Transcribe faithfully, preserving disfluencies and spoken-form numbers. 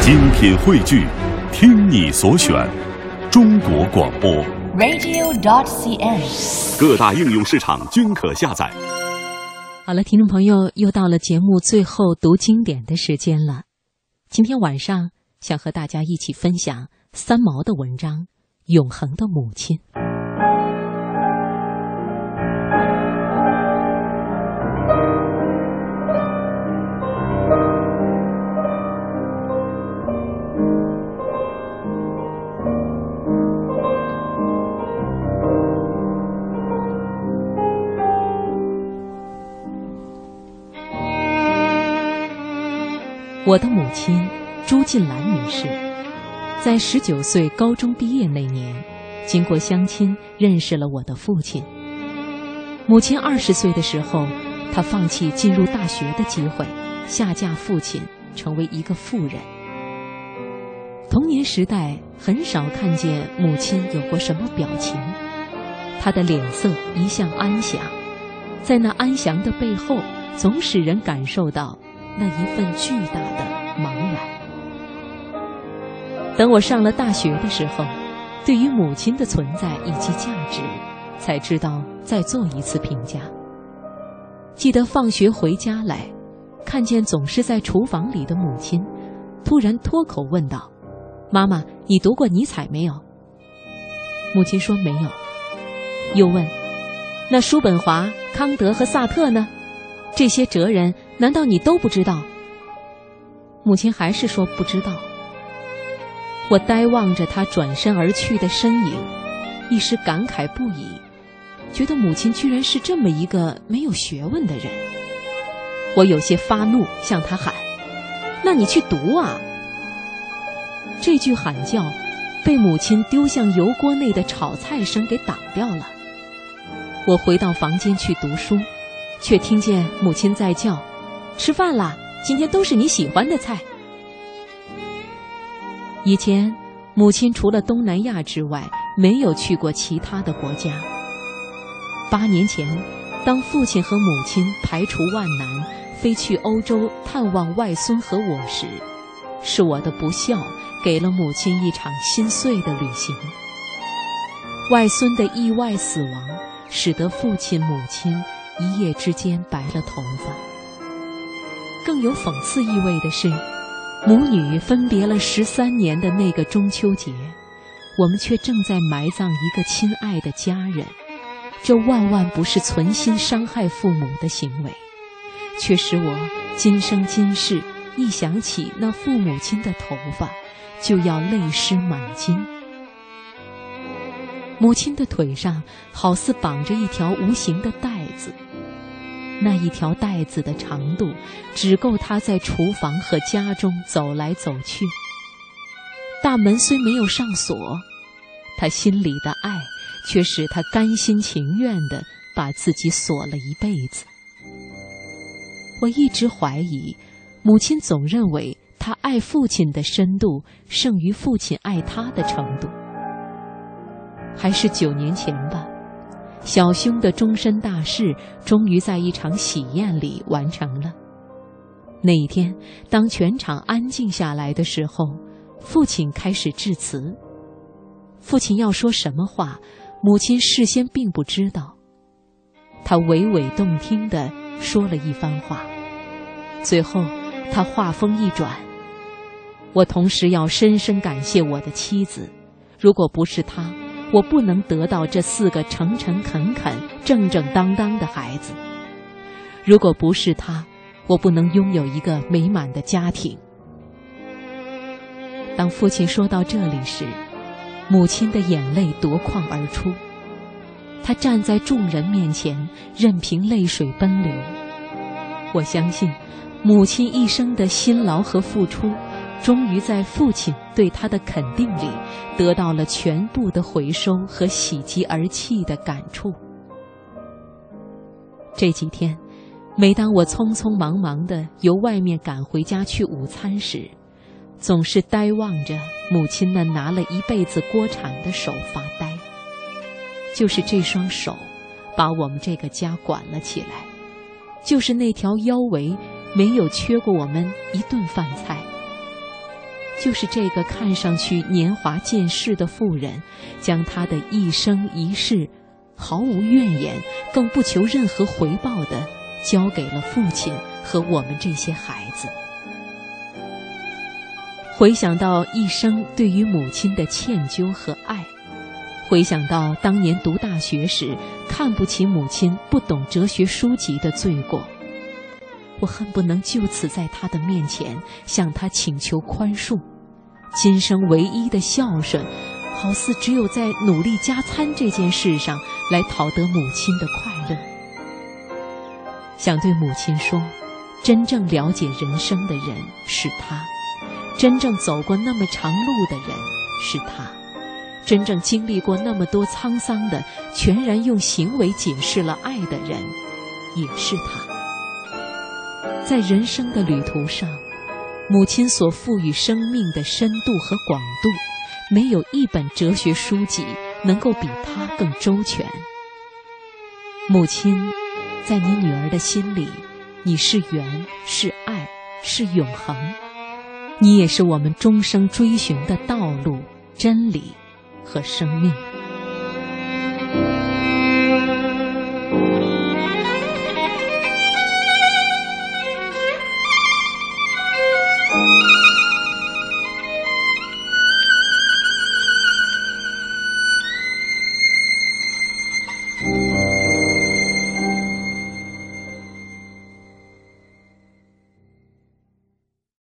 精品汇聚，听你所选，中国广播 radio dot c n， 各大应用市场均可下载。 好了，听众朋友，又到了节目最后读经典的时间了。今天晚上想和大家一起分享三毛的文章《永恒的母亲》。我的母亲朱晋兰女士，在十九岁高中毕业那年，经过相亲认识了我的父亲。母亲二十岁的时候，她放弃进入大学的机会，下嫁父亲，成为一个妇人。童年时代很少看见母亲有过什么表情，她的脸色一向安详，在那安详的背后，总使人感受到那一份巨大的茫然。等我上了大学的时候，对于母亲的存在以及价值，才知道再做一次评价。记得放学回家来，看见总是在厨房里的母亲，突然脱口问道：“妈妈，你读过尼采没有？”母亲说没有。又问：“那叔本华、康德和萨特呢？这些哲人难道你都不知道？”母亲还是说不知道。我呆望着她转身而去的身影，一时感慨不已，觉得母亲居然是这么一个没有学问的人。我有些发怒，向她喊：“那你去读啊！”这句喊叫被母亲丢向油锅内的炒菜声给挡掉了。我回到房间去读书，却听见母亲在叫：“吃饭啦，今天都是你喜欢的菜。”以前母亲除了东南亚之外，没有去过其他的国家。八年前，当父亲和母亲排除万难飞去欧洲探望外孙和我时，是我的不孝给了母亲一场心碎的旅行。外孙的意外死亡使得父亲母亲一夜之间白了头发。更有讽刺意味的是，母女分别了十三年的那个中秋节，我们却正在埋葬一个亲爱的家人。这万万不是存心伤害父母的行为，却使我今生今世一想起那父母亲的头发，就要泪湿满襟。母亲的腿上好似绑着一条无形的带子，那一条带子的长度只够她在厨房和家中走来走去。大门虽没有上锁，她心里的爱却使她甘心情愿地把自己锁了一辈子。我一直怀疑，母亲总认为她爱父亲的深度胜于父亲爱她的程度。还是九年前吧，小兄的终身大事终于在一场喜宴里完成了。那一天，当全场安静下来的时候，父亲开始致辞。父亲要说什么话，母亲事先并不知道。他娓娓动听地说了一番话，最后他话锋一转：“我同时要深深感谢我的妻子，如果不是她，我不能得到这四个诚诚恳恳、正正当当的孩子。如果不是他，我不能拥有一个美满的家庭。”当父亲说到这里时，母亲的眼泪夺眶而出。她站在众人面前，任凭泪水奔流。我相信，母亲一生的辛劳和付出，终于在父亲对她的肯定里得到了全部的回收和喜极而泣的感触。这几天，每当我匆匆忙忙地由外面赶回家去午餐时，总是呆望着母亲那拿了一辈子锅铲的手发呆。就是这双手把我们这个家管了起来，就是那条腰围没有缺过我们一顿饭菜， 就是这个看上去年华渐逝的妇人，将她的一生一世毫无怨言，更不求任何回报的交给了父亲和我们这些孩子。回想到一生对于母亲的歉疚和爱，回想到当年读大学时看不起母亲不懂哲学书籍的罪过，我恨不能就此在她的面前向她请求宽恕。今生唯一的孝顺，好似只有在努力加餐这件事上来讨得母亲的快乐。想对母亲说，真正了解人生的人是她，真正走过那么长路的人是她，真正经历过那么多沧桑的，全然用行为解释了爱的人也是她。在人生的旅途上，母亲所赋予生命的深度和广度，没有一本哲学书籍能够比她更周全。母亲，在你女儿的心里，你是缘，是爱，是永恒，你也是我们终生追寻的道路、真理和生命。